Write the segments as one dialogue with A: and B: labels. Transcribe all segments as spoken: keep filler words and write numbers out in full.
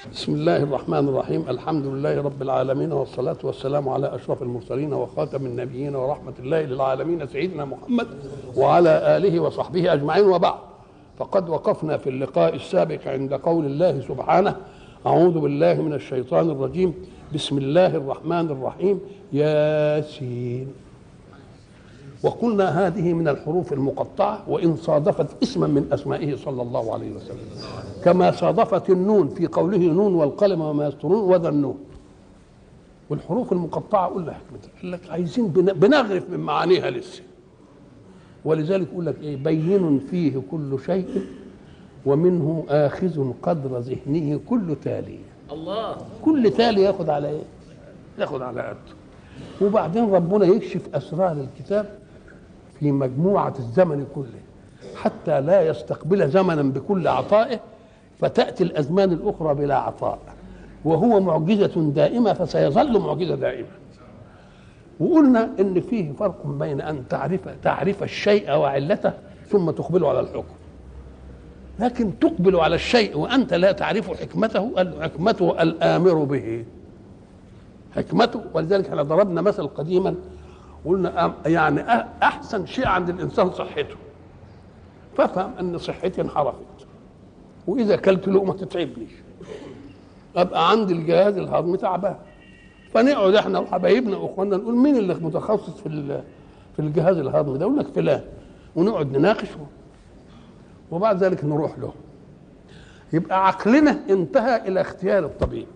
A: بسم الله الرحمن الرحيم. الحمد لله رب العالمين، والصلاة والسلام على أشرف المرسلين وخاتم النبيين ورحمة الله للعالمين سيدنا محمد وعلى آله وصحبه أجمعين، وبعد. فقد وقفنا في اللقاء السابق عند قول الله سبحانه: أعوذ بالله من الشيطان الرجيم، بسم الله الرحمن الرحيم، ياسين. وقلنا هذه من الحروف المقطعة وإن صادفت اسما من أسمائه صلى الله عليه وسلم، كما صادفت النون في قوله نون والقلم وما يسطرون وذا النون. والحروف المقطعة قلنا حكمتها، قال لك عايزين بنغرف من معانيها لسه، ولذلك يقول لك ايه: بين فيه كل شيء ومنه آخذ قدر ذهنه كل تالي. الله، كل تالي ياخد على ايه؟ ياخد على قده. وبعدين ربنا يكشف أسرار الكتاب في مجموعة الزمن كله حتى لا يستقبل زمنا بكل عطائه فتأتي الأزمان الأخرى بلا عطاء، وهو معجزة دائمة فسيظل معجزة دائمة. وقلنا إن فيه فرق بين أن تعرف تعرف الشيء وعلته ثم تقبله على الحكم، لكن تقبل على الشيء وأنت لا تعرف حكمته. قال له حكمته الآمر به، حكمته. ولذلك احنا ضربنا مثل قديما قلنا يعني احسن شيء عند الانسان صحته، ففهم ان صحتي انحرفت واذا اكلت لقمه تتعبني، ابقى عندي الجهاز الهضمي تعبان، فنقعد احنا وحبايبنا واخواننا نقول مين اللي متخصص في في الجهاز الهضمي ده؟ يقول لك فلان، ونقعد نناقشه وبعد ذلك نروح له. يبقى عقلنا انتهى الى اختيار الطبيب،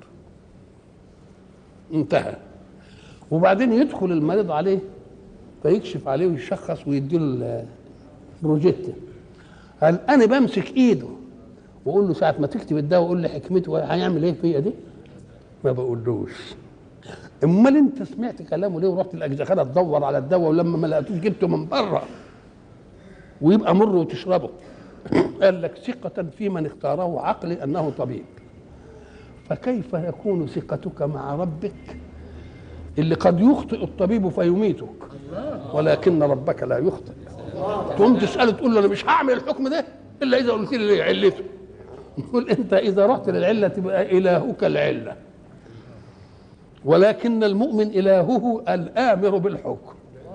A: انتهى. وبعدين يدخل المريض عليه فيكشف عليه ويشخص ويديله البروجيكت. هل انا بمسك ايده واقول له ساعه ما تكتب الدواء قول لي حكمته هيعمل ايه فيا دي؟ ما بقولوش. امال انت سمعت كلامه ليه ورحت الاجزخانه تدور على الدواء ولما ما لقيتوش جبته من بره ويبقى مر وتشربه؟ قال لك ثقه في من اختاره عقلي انه طبيب. فكيف يكون ثقتك مع ربك اللي قد يخطئ الطبيب فيميتك ولكن ربك لا يخطئ؟ تقوم تسأله تقول له انا مش هعمل الحكم ده الا اذا قلت لي علته. نقول انت اذا رحت للعله تبقى الهك العله، ولكن المؤمن الهه الامر بالحكم.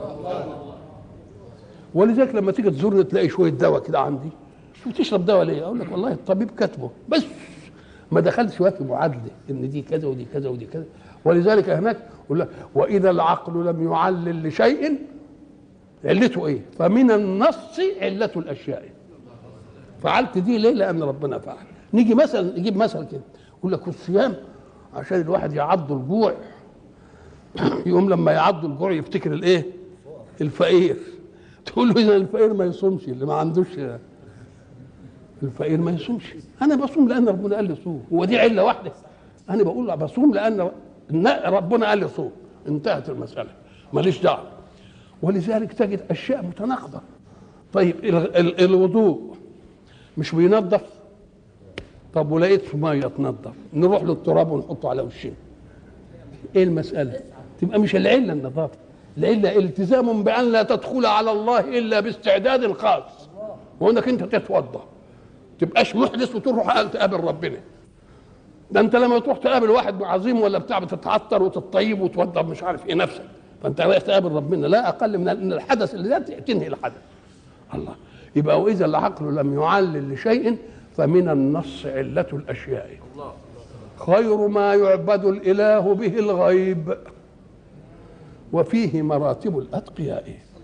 A: ولذلك لما تيجي تزورني تلاقي شويه دواء كده عندي، شو تشرب دواء ليه؟ اقول لك والله الطبيب كاتبه، بس ما دخلش وقت معادله ان دي كذا ودي كذا ودي كذا. ولذلك هناك يقول لك واذا العقل لم يعلل لشيء علته ايه؟ فمن النص عله الاشياء. فعلت دي ليه؟ لان ربنا فعل. نيجي مثلا نجيب مثل كده يقول لك الصيام عشان الواحد يعض الجوع، يقوم لما يعض الجوع يفتكر الايه؟ الفقير. تقول له اذا الفقير ما يصومش، اللي ما عندوش الفقير ما يصومش. انا بصوم لان ربنا قال لي صوم، هو دي عله واحده؟ انا بقول له بصوم لان ربنا قال لي صوم، انتهت المساله، ماليش دعوه. ولذلك تجد اشياء متناقضه. طيب الوضوء مش بينظف؟ طب ولقيت في ميه تنظف، نروح للتراب ونحطه على وشنا. ايه المساله؟ تبقى مش العله النظافه، العله التزام بان لا تدخل على الله الا باستعداد خاص، وانك انت تتوضا، تبقاش محدث وتروح تقابل ربنا. ده انت لما تروح تقابل واحد عظيم ولا بتاع بتتعطر وتطيب وتوضب مش عارف ايه نفسك، فانت رايح تقابل ربنا، لا اقل من ان الحدث اللي ده تنهي الحدث. الله. يبقى واذا العقل لم يعلل لشيء فمن النص عله الاشياء. خير ما يعبد الاله به الغيب وفيه مراتب الاتقياء.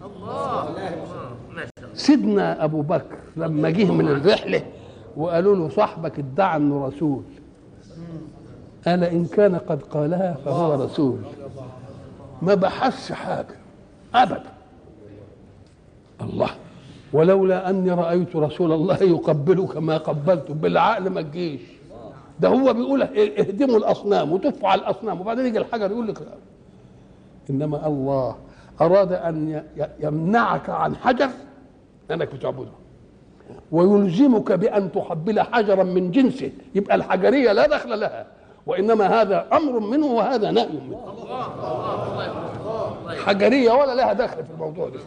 A: سيدنا ابو بكر لما جه من الرحله وقالوا له صاحبك ادعى انه رسول، قال ان كان قد قالها فهو رسول. ما بحثش حاجه ابدا. الله. ولولا اني رايت رسول الله يقبلك ما قبلته، بالعقل ما تجيش. ده هو بيقول اهدموا الاصنام وتفوا على الاصنام، وبعدين يجي الحجر يقول لك لا. انما الله اراد ان يمنعك عن حجر انك بتعبده، ويلزمك بان تقبل حجرا من جنسه، يبقى الحجريه لا دخل لها، وانما هذا امر منه وهذا نهي منه. حجريه ولا لها دخل في الموضوع ده.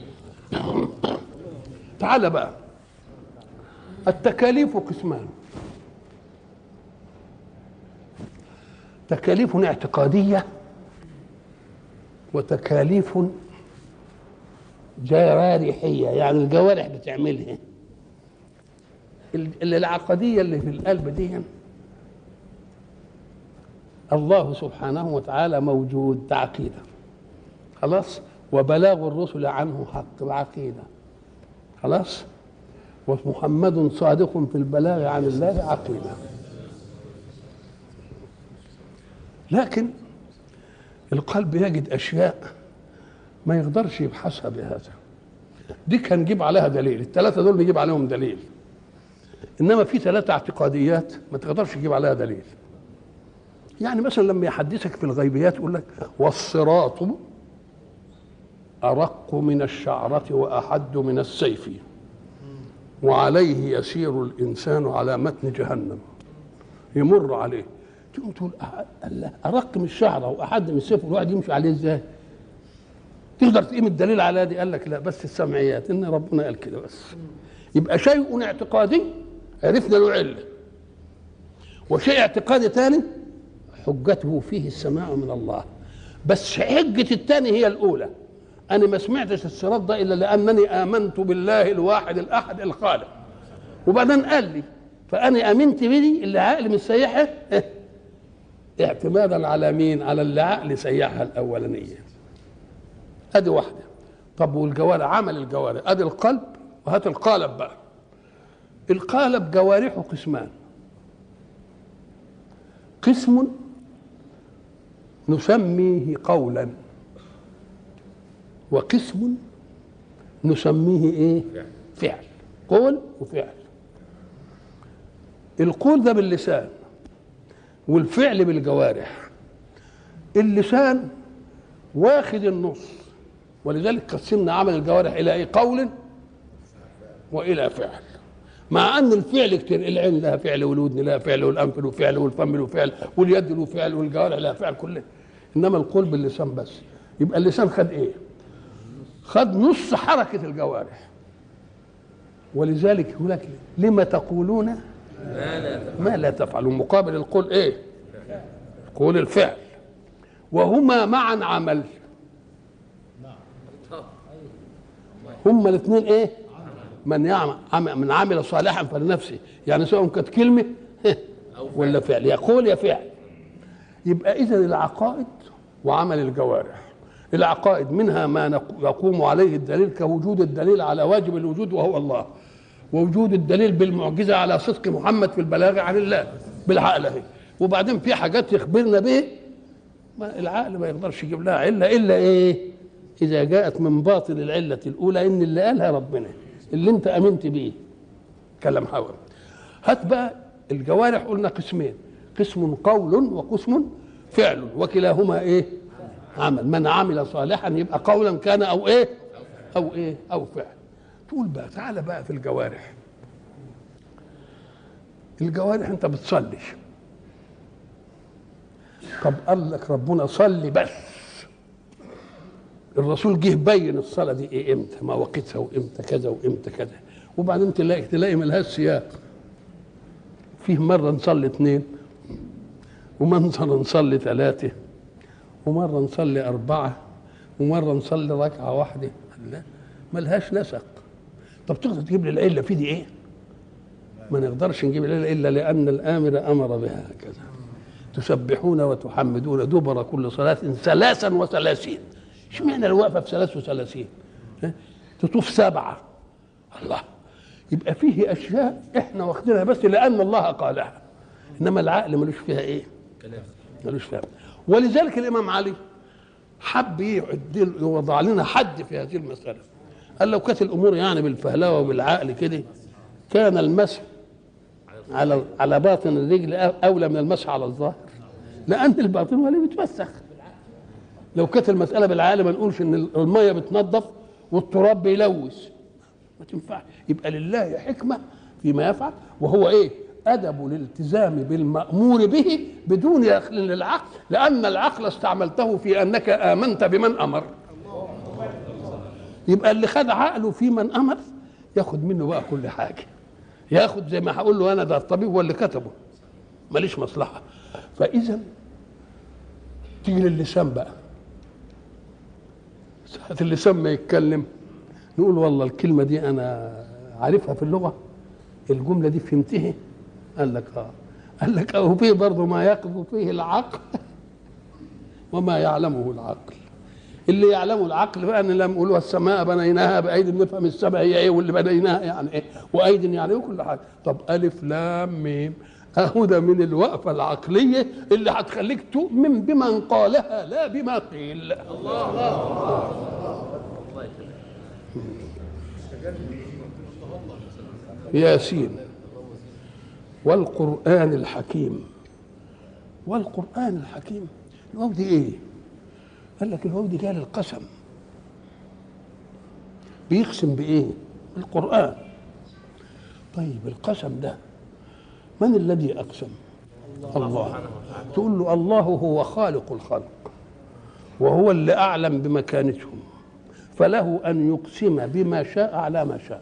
A: تعال بقى، التكاليف قسمان: تكاليف اعتقادية وتكاليف جوارحية، يعني الجوارح بتعملها. العقدية اللي في القلب دي الله سبحانه وتعالى موجود، ده عقيدة خلاص، وبلاغ الرسل عنه حق، بعقيدة خلاص، ومحمد صادق في البلاغ عن الله، عقيدة. لكن القلب يجد أشياء ما يقدرش يبحثها بهذا، دي كان نجيب عليها دليل، الثلاثة دول نجيب عليهم دليل، إنما في ثلاثة اعتقاديات ما تقدرش تجيب عليها دليل. يعني مثلا لما يحدثك في الغيبيات يقول لك والصراط أرق من الشعرة وأحد من السيف وعليه يسير الإنسان على متن جهنم، يمر عليه، تقوم تقول الله، أرق من الشعرة وأحد من السيف، والواحد يمشي عليه إزاي؟ تقدر تقيم الدليل على دي؟ قال لك لا، بس السمعيات، إن ربنا قال كده بس. يبقى شيء اعتقادي عرفنا له علة، وشيء اعتقادي ثاني حجته فيه السماع من الله، بس حجة الثاني هي الأولى. أنا ما سمعتش الصراط ده إلا لأنني آمنت بالله الواحد الأحد الخالق، وبعدين قال لي فأنا آمنت بدي اللي عقلي مسيحها اعتمادا على مين؟ على اللي عقلي سيحها الأولانية. أدي واحدة. طب والجوارح، عمل الجوارح، أدي القلب، وهات القالب بقى. القالب جوارحه قسمان، قسم نسميه قولا، وقسم نسميه ايه؟ فعل. قول وفعل. القول ده باللسان والفعل بالجوارح. اللسان واخد النص، ولذلك قسمنا عمل الجوارح الى ايه؟ قول والى فعل، مع ان الفعل كتير، العين لها فعل، والودن لها فعل، والانف له فعل، والفم له فعل، واليد له فعل، والجوارح لها فعل كلها، انما القول باللسان بس. يبقى اللسان خد ايه؟ خد نص حركه الجوارح. ولذلك يقول لك لما تقولون ما لا تفعلون، ما لا تفعلون، مقابل القول ايه؟ القول الفعل، وهما معا عمل. هما الاثنين ايه؟ من يعمل من عمل صالحا فلنفسه، يعني سواء كانت كلمه ولا فعل، يقول يا فعل. يبقى اذا العقائد وعمل الجوارح، العقائد منها ما يقوم عليه الدليل كوجود الدليل على واجب الوجود وهو الله، ووجود الدليل بالمعجزه على صدق محمد في البلاغ عن الله بالعقل اهي. وبعدين في حاجات يخبرنا به ما العقل ما يقدرش يجيب لها عله الا ايه؟ اذا جاءت من باطن العله الاولى، ان اللي قالها ربنا اللي انت امنت بيه كلام حول. هات بقى الجوارح، قلنا قسمين، قسم قول وقسم فعل، وكلاهما ايه؟ عمل. من عمل صالحا يبقى قولا كان او ايه؟ او ايه؟ او فعل. تقول بقى تعالى بقى في الجوارح. الجوارح انت بتصلي، طب قال لك ربنا صلي بس، الرسول جه بين الصلاه دي ايه؟ امتى مواقيتها، وامتى كذا وامتى كذا، وبعدين تلاقي تلاقي ملهاش سياق. فيه مره نصلي اثنين، ومره نصلي ثلاثه، ومره نصلي اربعه، ومره نصلي ركعه واحده، لا ملهاش نسق. طب تقدر تجيب لي العله في دي ايه؟ ما نقدرش نجيب العله الا لان الامر امر بها كذا. تسبحون وتحمدون دبر كل صلاه ثلاثا وثلاثين. اشمعنى الوقفه في ثلاث وثلاثين؟ تطوف سبعه. الله، يبقى فيه اشياء احنا واخدينها بس لان الله قالها، انما العقل ملوش فيها ايه؟ كلام، ملوش فيها. ولذلك الامام علي حب يعد يوضع لنا حد في هذه المساله. قال لو كانت الامور يعني بالفهلوه وبالعقل كده كان المسح على على باطن الرجل اولى من المسح على الظاهر، لان الباطن هو اللي بيتوسخ. لو كانت المساله بالعقل ما نقولش ان الميه بتنظف والتراب بيلوث، ما تنفعش. يبقى لله حكمه فيما يفعل، وهو ايه؟ ادب الالتزام بالمامور به بدون دخل للعقل، لان العقل استعملته في انك امنت بمن امر. يبقى اللي خد عقله في من امر ياخد منه بقى كل حاجه، ياخد زي ما هقول له انا ده الطبيب هو اللي كتبه، ماليش مصلحه. فاذا تيجي للسان بقى، ساعة اللسان ما يتكلم نقول والله الكلمة دي أنا عارفها في اللغة، الجملة دي فهمتها. قال لك اه قال لك أهو فيه برضه ما يقف فيه العقل وما يعلمه العقل. اللي يعلمه العقل بقى ان لما يقولوا السماء بنيناها بايد نفهم السماء هي ايه واللي بنيناها يعني ايه وايد يعني ايه كل حاجه. طب الف لام ميم اهو ده من الوقفه العقليه اللي هتخليك تؤمن بمن قالها لا بما قيل. الله الله ياسين والقرآن الحكيم. والقرآن الحكيم الواو دي ايه؟ قال لك الواو دي جايه للقسم. بيقسم بايه؟ القرآن. طيب القسم ده من الذي اقسم؟ الله. تقول له الله هو خالق الخلق وهو اللي اعلم بمكانتهم، فله ان يقسم بما شاء على ما شاء.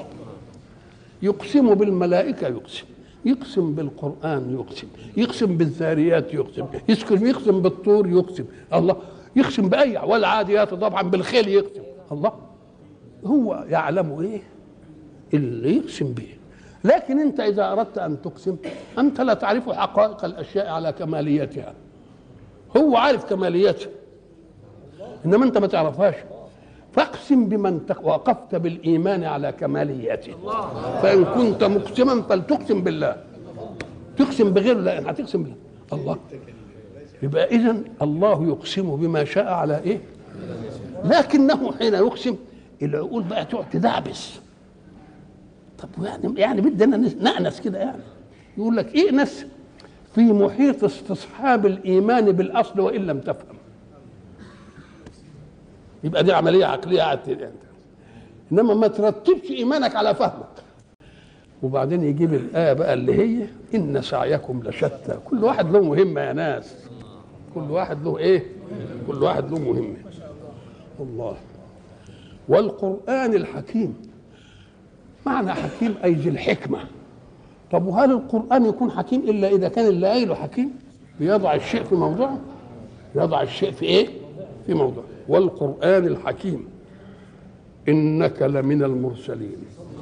A: يقسم بالملائكه يقسم، يقسم بالقرآن يقسم، يقسم بالذاريات يقسم، يقسم يقسم بالطور يقسم، الله يقسم بأي والعاديات طبعا بالخيل يقسم. الله هو يعلم ايه اللي يقسم به. لكن انت اذا اردت ان تقسم انت لا تعرف حقائق الاشياء على كماليتها، هو عارف كماليتها انما انت ما تعرفهاش. فاقسم بمن وقفت بالايمان على كماليته. فان كنت مقسما فلتقسم بالله، تقسم بغير لا هتقسم بالله. الله يبقى اذا الله يقسم بما شاء على ايه، لكنه حين يقسم العقول بقى تقعد تدعبس. طب يعني يعني بدنا نأنس كده، يعني يقول لك ائنس في محيط استصحاب الايمان بالاصل وان لم تفهم. يبقى دي عمليه عقليه قاعد يعني. انما ما ترتبش ايمانك على فهمك. وبعدين يجيب الايه بقى اللي هي ان سعيكم لشتى. كل واحد له مهمه يا ناس، كل واحد له ايه؟ كل واحد له مهمه. الله. والقرآن الحكيم. معنى حكيم اي ذي الحكمه. طب وهل القرآن يكون حكيم الا اذا كان اللي قايله حكيم؟ بيضع الشيء في موضوعه، يضع الشيء في ايه؟ في موضوعه. والقرآن الحكيم انك لمن المرسلين.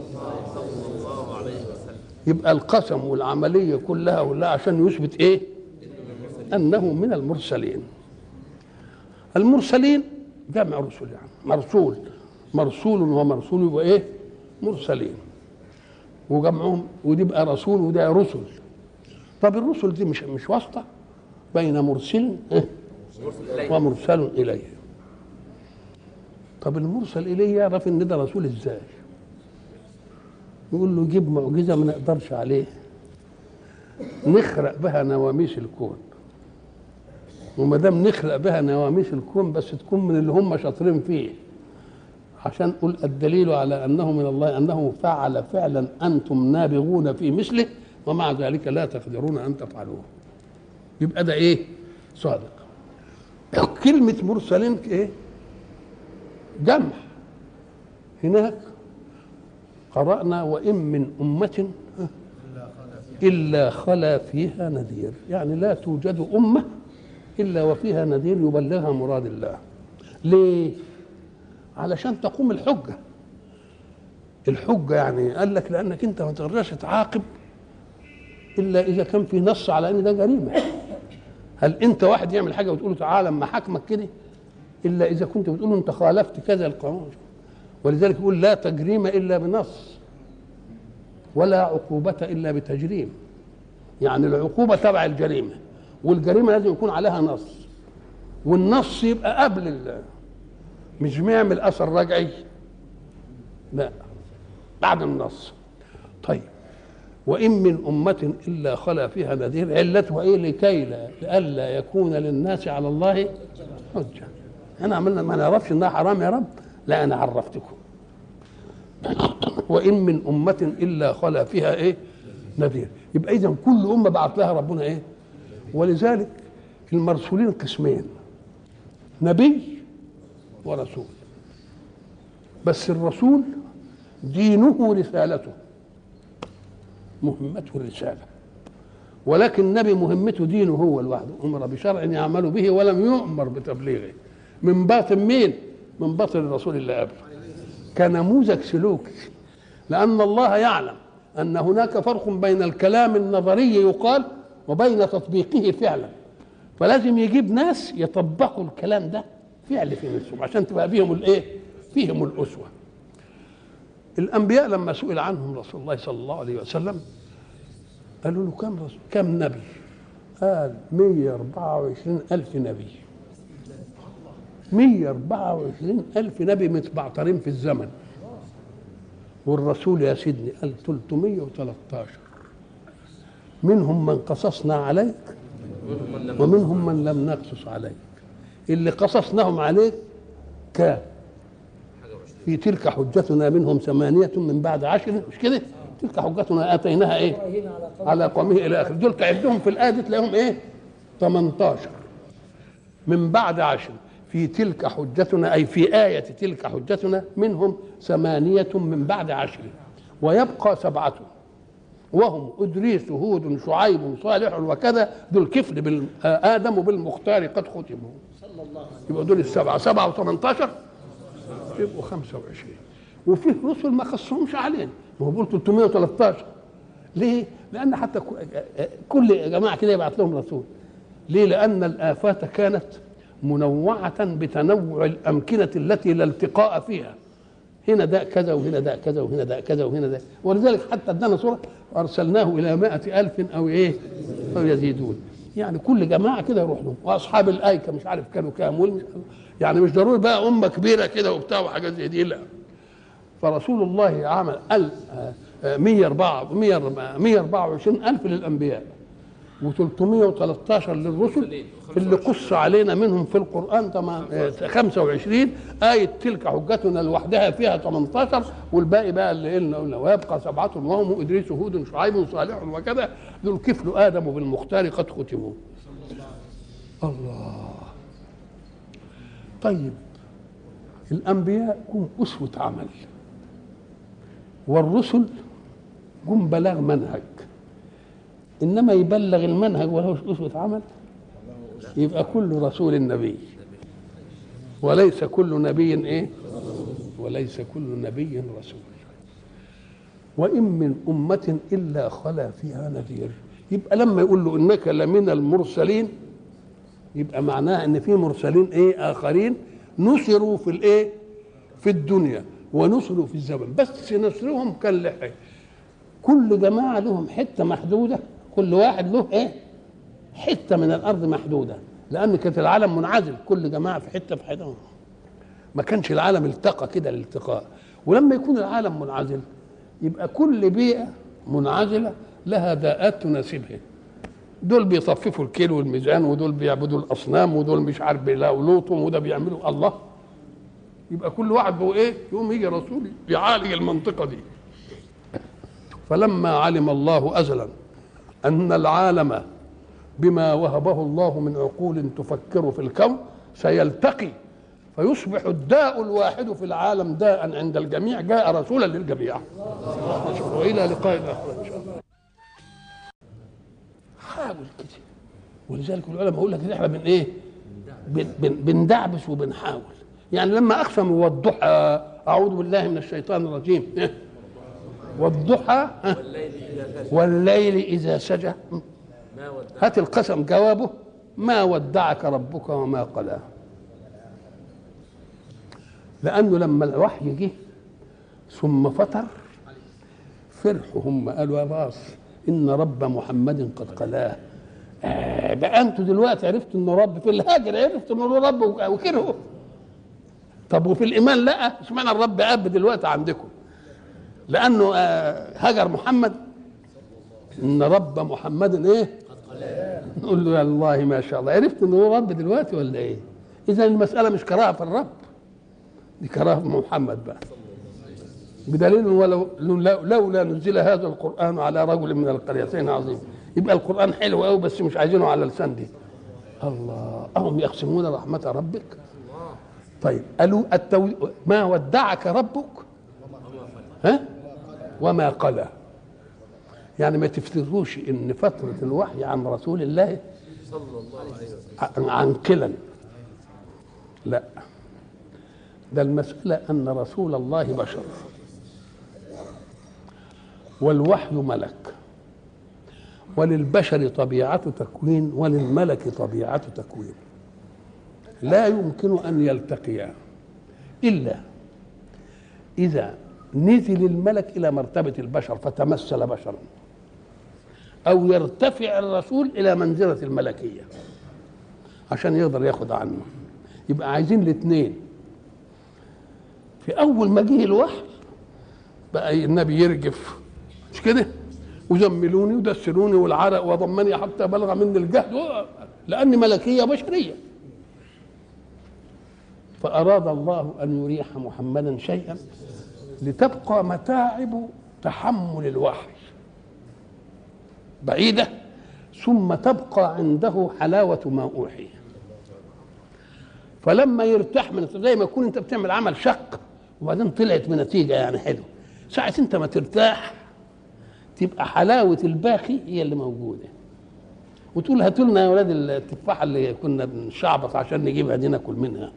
A: يبقى القسم والعمليه كلها ولا عشان يثبت ايه؟ انه من المرسلين. المرسلين جمع رسل، يعني مرسول، مرسول ومرسول يبقى ايه؟ مرسلين. وجمعهم ودي بقى رسول وده رسل. طب الرسل دي مش مش واسطه بين مرسل ومرسل اليه. طب المرسل اليه يعرف ان ده رسول ازاي؟ يقول له جيب معجزه ما نقدرش عليه نخرق بها نواميس الكون. وما دام نخرق بها نواميس الكون بس تكون من اللي هم شاطرين فيه، عشان قل الدليل على انه من الله انه فعل فعلا انتم نابغون في مثله ومع ذلك لا تقدرون ان تفعلوه. يبقى ده ايه؟ صادق. كلمه مرسلين ايه؟ جمع. هناك قرأنا وإن من أمة إلا خلا فيها نذير، يعني لا توجد أمة إلا وفيها نذير يبلغها مراد الله. ليه؟ علشان تقوم الحجة. الحجة يعني قال لك لأنك أنت ما تقدرش تعاقب إلا إذا كان في نص على أن ده جريمة. هل أنت واحد يعمل حاجة وتقول له تعالى أما حاكمك كده؟ إلا إذا كنت بتقول له أنت خالفت كذا القانون. ولذلك يقول لا تجريم إلا بنص ولا عقوبة إلا بتجريم. يعني العقوبة تبع الجريمة والجريمة لازم يكون عليها نص، والنص يبقى قبل ال... مش بيعمل أثر رجعي، لا بعد النص. طيب وإن من أمة إلا خلا فيها نذير، علتها إيه؟ لكي لا لئلا يكون للناس على الله حجة. أنا عملنا ما نعرفش إنها حرام يا رب، لا أنا عرفتكم. وإن من أمة إلا خلا فيها إيه؟ نذير. يبقى إذن كل أمة بعث لها ربنا إيه؟ ولذلك المرسولين قسمين، نبي ورسول. بس الرسول دينه رسالته، مهمته الرسالة، ولكن النبي مهمته دينه هو لوحده، امر بشرع يعمل به ولم يؤمر بتبليغه. من باطن مين؟ من باطن الرسول اللي قبله، كنموذج سلوكي. لان الله يعلم ان هناك فرق بين الكلام النظري يقال وبين تطبيقه فعلا، فلازم يجيب ناس يطبقوا الكلام ده فعل في نفسهم عشان تبقى فيهم الايه؟ فيهم الاسوه. الانبياء لما سئل عنهم رسول الله صلى الله عليه وسلم قالوا له كم رسول كم نبي؟ قال مئة وأربعة وعشرين ألف نبي. مئة وأربعة وعشرين ألف نبي متبعترين في الزمن، والرسول يا سيدني قال ثلاثمئة وثلاثة عشر، منهم من قصصنا عليك ومنهم من لم نقصص عليك. اللي قصصناهم عليك كام؟ في تلك حجتنا منهم ثمانية من بعد عشر، مش كده؟ تلك حجتنا آتيناها ايه؟ على قومه إلى آخر. دول تعدهم في الآية دي تلاقيهم ايه؟ ثمانية عشر من بعد عشر. في تلك حجتنا أي في آية تلك حجتنا منهم ثمانية من بعد عشر، ويبقى سبعة وهم إدريس هود شعيب صالح وكذا، دول كفل آدم بالمختار قد ختموا. يبقى دول السبعة، سبعة وثمانية عشر يبقوا خمسة وعشرين. وفيه رسل ما خصهمش علينا، ما هو بيقول ثلاثمئة وثلاثة عشر. ليه؟ لأن حتى كل جماعة كده يبعث لهم رسول. ليه؟ لأن الآفات كانت منوعة بتنوع الأمكنة التي لا التقاء فيها. هنا ده كذا وهنا ده كذا وهنا ده كذا وهنا ده، ولذلك حتى ادانا صورة أرسلناه إلى مائة ألف أو إيه أو يزيدون. يعني كل جماعة كده يروح لهم. وأصحاب الأيكة مش عارف كانوا كام، يعني مش ضروري بقى أمة كبيرة كده وبتاع وحاجات زي دي، لا. فرسول الله عمل مئة وأربعة وعشرين ألف للأنبياء وثلاثمئة وثلاثة عشر للرسل، اللي قص علينا منهم في القرآن خمسة وعشرين آية تلك حجتنا لوحدها فيها ثمانية عشر، والباقي بقى اللي قلنا قلنا ويبقى سبعة وهم إدريس هود شعيب صالح وكذا، دول كفل آدم بالمختار قد ختموا. الله. طيب الأنبياء هم أسوة عمل، والرسل هم بلاغ منهج، إنما يبلغ المنهج وهو أسوة عمل. يبقى كل رسول نبي وليس كل نبي إيه؟ وليس كل نبي رسول. وإن من أمة إلا خلا فيها نذير. يبقى لما يقول له إنك لمن المرسلين، يبقى معناه إن في مرسلين إيه آخرين نصروا في الإيه؟ في الدنيا ونصروا في الزمن، بس نصرهم كان لحي. كل جماعة لهم حتة محدودة، كل واحد له ايه؟ حتة من الأرض محدودة، لأن كانت العالم منعزل، كل جماعة في حتة في حتة، ما كانش العالم التقى كده الالتقاء. ولما يكون العالم منعزل يبقى كل بيئة منعزلة لها داءات تناسبها. دول بيطففوا الكيل والميزان، ودول بيعبدوا الأصنام، ودول مش عارف بيلاقوا لوطهم، وده بيعملوا الله. يبقى كل واحد هو ايه؟ يقوم يجي رسول يعالج المنطقة دي. فلما علم الله أزلا أن العالم بما وهبه الله من عقول تفكر في الكون سيلتقي فيصبح الداء الواحد في العالم داء عند الجميع، جاء رسولا للجميع. وإلى لقاء آخر إن شاء الله. حاول كده. ولذلك العلماء يقول لك احنا بن ايه؟ بن بندعبس وبنحاول. يعني لما أقسموا والضحى، أعوذ بالله من الشيطان الرجيم، والضحى والليل إذا سجى، هات القسم جوابه ما ودعك ربك وما قلى. لأنه لما الوحي جه ثم فتر فرحوا هم، قالوا يا باص إن رب محمد قد قلاه. آه بقى أنتوا دلوقتي عرفتوا إنه رب، في الهاجر عرفتوا إنه رب وكرهوا. طب وفي الإيمان لا، اشمعنى الرب أب دلوقتي عندكم؟ لأنه آه هاجر محمد، إن رب محمد إيه؟ نقول له يا الله ما شاء الله، عرفت إنه هو رب دلوقتي ولا إيه؟ إذا المسألة مش كراهة في الرب، دي كراهة في محمد بقى. بدليل ولو لولا نزل هذا القرآن على رجل من القريتين عظيم. يبقى القرآن حلو قوي بس مش عايزينه على لسان دي. الله، أهم يقسمون رحمة ربك. طيب قالوا التو... ما ودعك ربك ها وما قلى. يعني ما تفتكروش ان فتره الوحي عن رسول الله صلى الله عليه وسلم عن كلا، لا، ده المساله ان رسول الله بشر والوحي ملك، وللبشر طبيعه تكوين وللملك طبيعه تكوين، لا يمكن ان يلتقيا الا اذا نزل الملك الى مرتبه البشر فتمثل بشرا، او يرتفع الرسول الى منزله الملكيه عشان يقدر ياخد عنه. يبقى عايزين الاثنين. في اول ما جه الوحي بقى النبي يرجف، مش كده؟ وزملوني ودسروني والعرق وضمني حتى بلغ مني الجهد، لاني ملكيه بشريه. فاراد الله ان يريح محمدا شيئا لتبقى متاعب تحمل الوحي بعيده، ثم تبقى عنده حلاوه ما اوحي. فلما يرتاح من زي ما يكون انت بتعمل عمل شق وبعدين طلعت بنتيجه يعني حلو، ساعه انت ما ترتاح تبقى حلاوه الباقي هي اللي موجوده، وتقول هاتوا لنا يا اولاد التفاحه اللي كنا بنشعبط عشان نجيبها دي ناكل منها.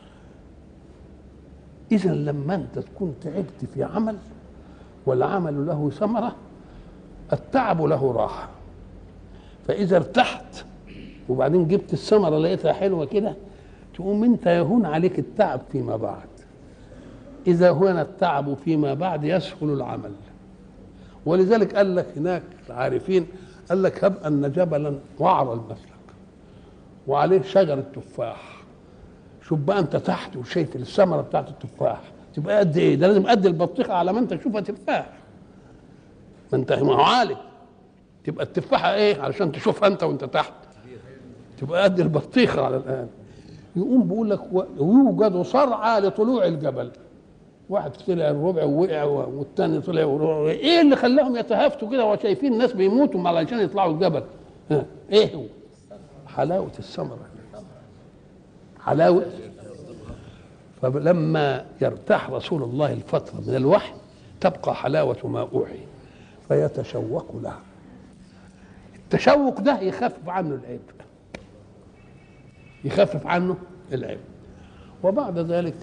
A: اذا لما انت تكون تعبت في عمل والعمل له ثمره، التعب له راحه، فاذا ارتحت وبعدين جبت الثمره لقيتها حلوه كده، تقوم انت يهون عليك التعب فيما بعد. اذا هون التعب فيما بعد يسهل العمل. ولذلك قال لك هناك العارفين، قال لك هب ان جبلا وعر المسلك وعليه شجره تفاح، شوف بقى انت تحت وشايف الثمره بتاعت التفاح تبقى قد ايه؟ ده لازم قد البطيخه على ما انت تشوفها تفاح، ما انت ما هو عالي، تبقى التفاحه ايه علشان تشوفها انت وانت تحت؟ تبقى قد البطيخه على الان. يقوم بيقول لك ويوجد صرعى لطلوع الجبل، واحد طلع الربع ووقع والثاني طلع وربع. ايه اللي خلاهم يتهافتوا كده وشايفين الناس بيموتوا علشان يطلعوا الجبل؟ ها ايه هو؟ حلاوه الثمره، حلاوه. فلما يرتاح رسول الله الفتره من الوحي تبقى حلاوه ما اوحي فيتشوق له. التشوق ده يخفف عنه العيب، يخفف عنه العيب. وبعد ذلك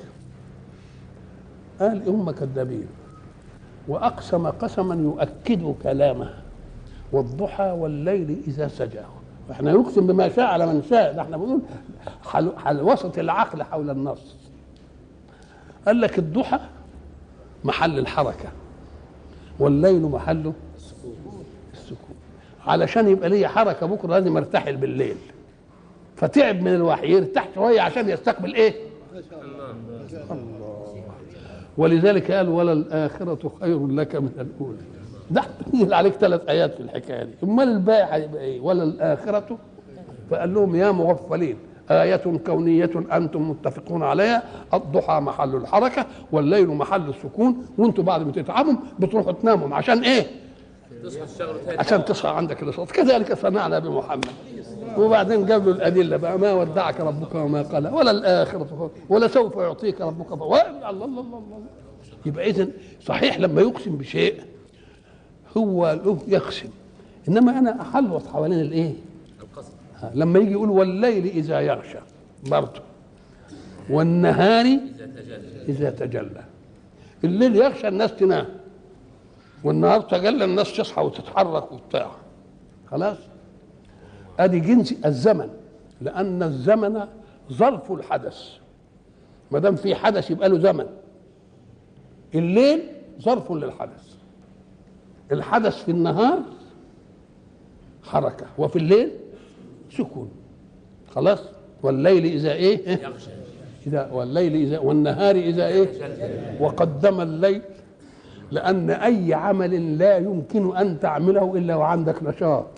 A: قال هم كذابين، واقسم قسما يؤكد كلامه، والضحى والليل اذا سجى. احنا نقسم بما شاء على من شاء، ده احنا بنقول حل, حل وسط العقل حول النص. قال لك الضحى محل الحركه والليل محله السكون، علشان يبقى لي حركه بكره لازم ارتحل بالليل، فتعب من الوحي يرتاح شويه عشان يستقبل ايه؟ الله. ولذلك قال ولا الآخرة خير لك من الأولى. ده تنزل عليك ثلاث آيات في الحكاية دي، أمال الباقي هيبقى إيه؟ ولا الآخرة. فقال لهم يا مغفلين آية كونية أنتم متفقون عليها، الضحى محل الحركة والليل محل السكون، وأنتم بعد ما تتعبوا بتروحوا تناموا عشان إيه؟ عشان تصحى عندك النشاط. كذلك صنعنا بمحمد. وبعدين جاب له الأدلة بقى، ما ودعك ربك وما قلى ولا الآخرة ولا سوف يعطيك ربك. الله الله الله الله. يبقى إذن صحيح لما يقسم بشيء هو له يقسم، إنما أنا أحلوط حوالين الإيه؟ القسم. لما يجي يقول والليل إذا يغشى برضه، والنهار إذا تجلى. الليل يغشى الناس تنام، والنهار تجلى الناس تصحى وتتحرك وبتاع. خلاص؟ ادي جنس الزمن، لان الزمن ظرف الحدث، ما دام في حدث يبقى له زمن. الليل ظرف للحدث، الحدث في النهار حركه وفي الليل سكون. خلاص؟ والليل اذا ايه؟ اذا والليل اذا والنهار اذا ايه؟ وقدم الليل، لان اي عمل لا يمكن ان تعمله الا وعندك نشاط.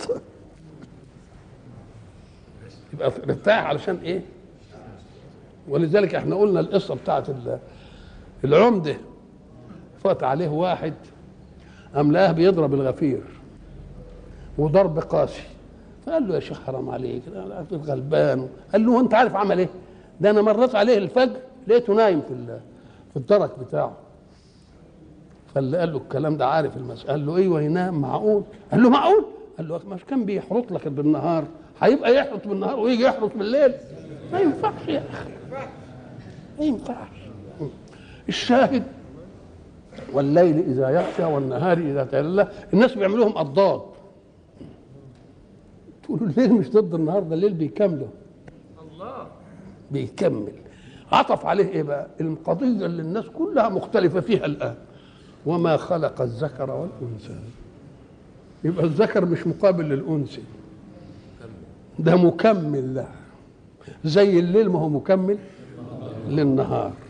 A: يبقى ارتاح علشان ايه؟ ولذلك احنا قلنا القصه بتاعت العمده، فات عليه واحد املاه بيضرب الغفير وضرب قاسي، فقال له يا شيخ حرام عليك غلبان. قال له انت عارف عمل ايه؟ ده انا مريت عليه الفجر لقيته نايم في في الدرك بتاعه، فاللي قال له الكلام ده عارف المسألة، قال له ايوه ينام معقول؟ قال له معقول؟ قال له مش كان بيحرط لك بالنهار هيبقى يحرط بالنهار ويجي يحرط بالليل؟ ما ينفعش يا اخي، ما ينفعش. الشاهد والليل اذا يغشى والنهار اذا تجلى، الناس بيعملوهم اضداد، تقولوا الليل مش ضد النهار، ده الليل بيكمله الله بيكمل. عطف عليه ايه بقى؟ القضيه اللي الناس كلها مختلفه فيها الان، وما خلق الذكر والانثى. يبقى الذكر مش مقابل للانثى، ده مكمل له، زي الليل ما هو مكمل للنهار.